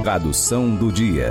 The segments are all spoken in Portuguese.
Tradução do dia.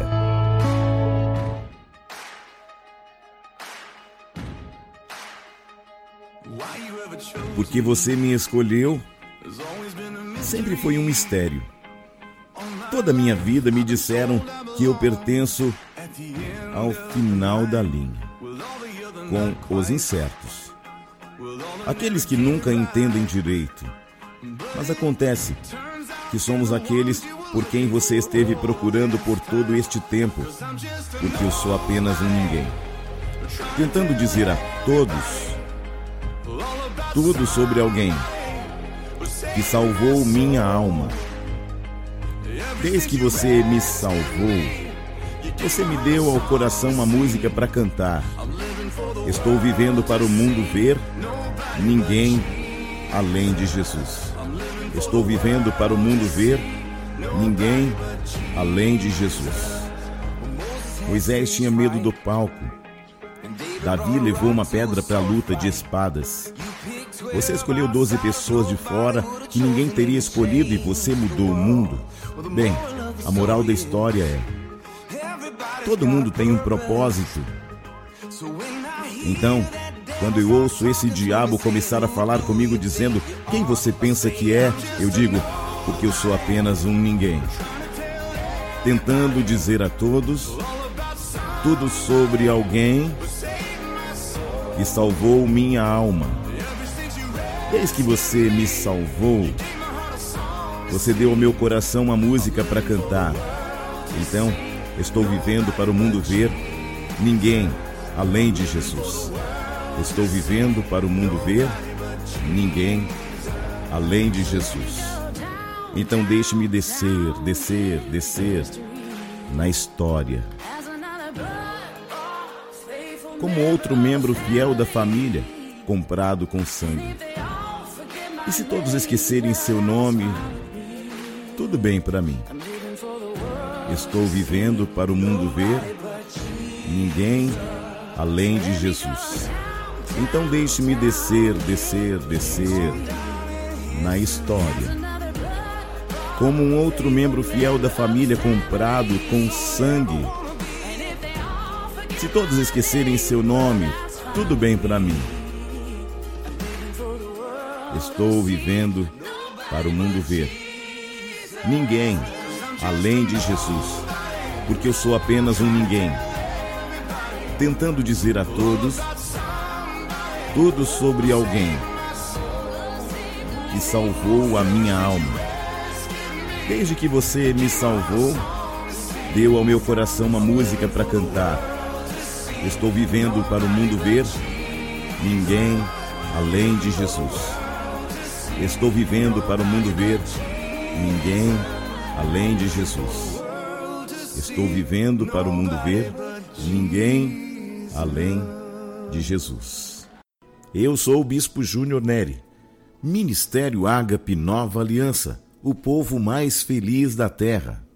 Porque você me escolheu sempre foi um mistério. Toda a minha vida me disseram que eu pertenço ao final da linha, com os incertos, aqueles que nunca entendem direito. Mas acontece que somos aqueles por quem você esteve procurando por todo este tempo, porque eu sou apenas um ninguém, tentando dizer a todos tudo sobre alguém que salvou minha alma. Desde que você me salvou, você me deu ao coração uma música para cantar. Estou vivendo para o mundo ver ninguém além de Jesus. Estou vivendo para o mundo ver ninguém além de Jesus. Moisés tinha medo do palco. Davi levou uma pedra para a luta de espadas. Você escolheu 12 pessoas de fora que ninguém teria escolhido e você mudou o mundo. Bem, a moral da história é: todo mundo tem um propósito. Então, quando eu ouço esse diabo começar a falar comigo dizendo quem você pensa que é, eu digo, porque eu sou apenas um ninguém, tentando dizer a todos tudo sobre alguém que salvou minha alma. Desde que você me salvou, você deu ao meu coração uma música para cantar. Então, estou vivendo para o mundo ver ninguém além de Jesus. Estou vivendo para o mundo ver ninguém além de Jesus. Então deixe-me descer na história. Como outro membro fiel da família, comprado com sangue. E se todos esquecerem seu nome, tudo bem para mim. Estou vivendo para o mundo ver ninguém além de Jesus. Então deixe-me descer na história. Como um outro membro fiel da família comprado com sangue. Se todos esquecerem seu nome, tudo bem para mim. Estou vivendo para o mundo ver ninguém além de Jesus, porque eu sou apenas um ninguém, tentando dizer a todos tudo sobre alguém que salvou a minha alma. Desde que você me salvou, deu ao meu coração uma música para cantar. Estou vivendo para o mundo ver ninguém além de Jesus. Estou vivendo para o mundo ver ninguém além de Jesus. Estou vivendo para o mundo ver ninguém além de Jesus. Eu sou o Bispo Júnior Neri. Ministério Ágape Nova Aliança, o povo mais feliz da terra.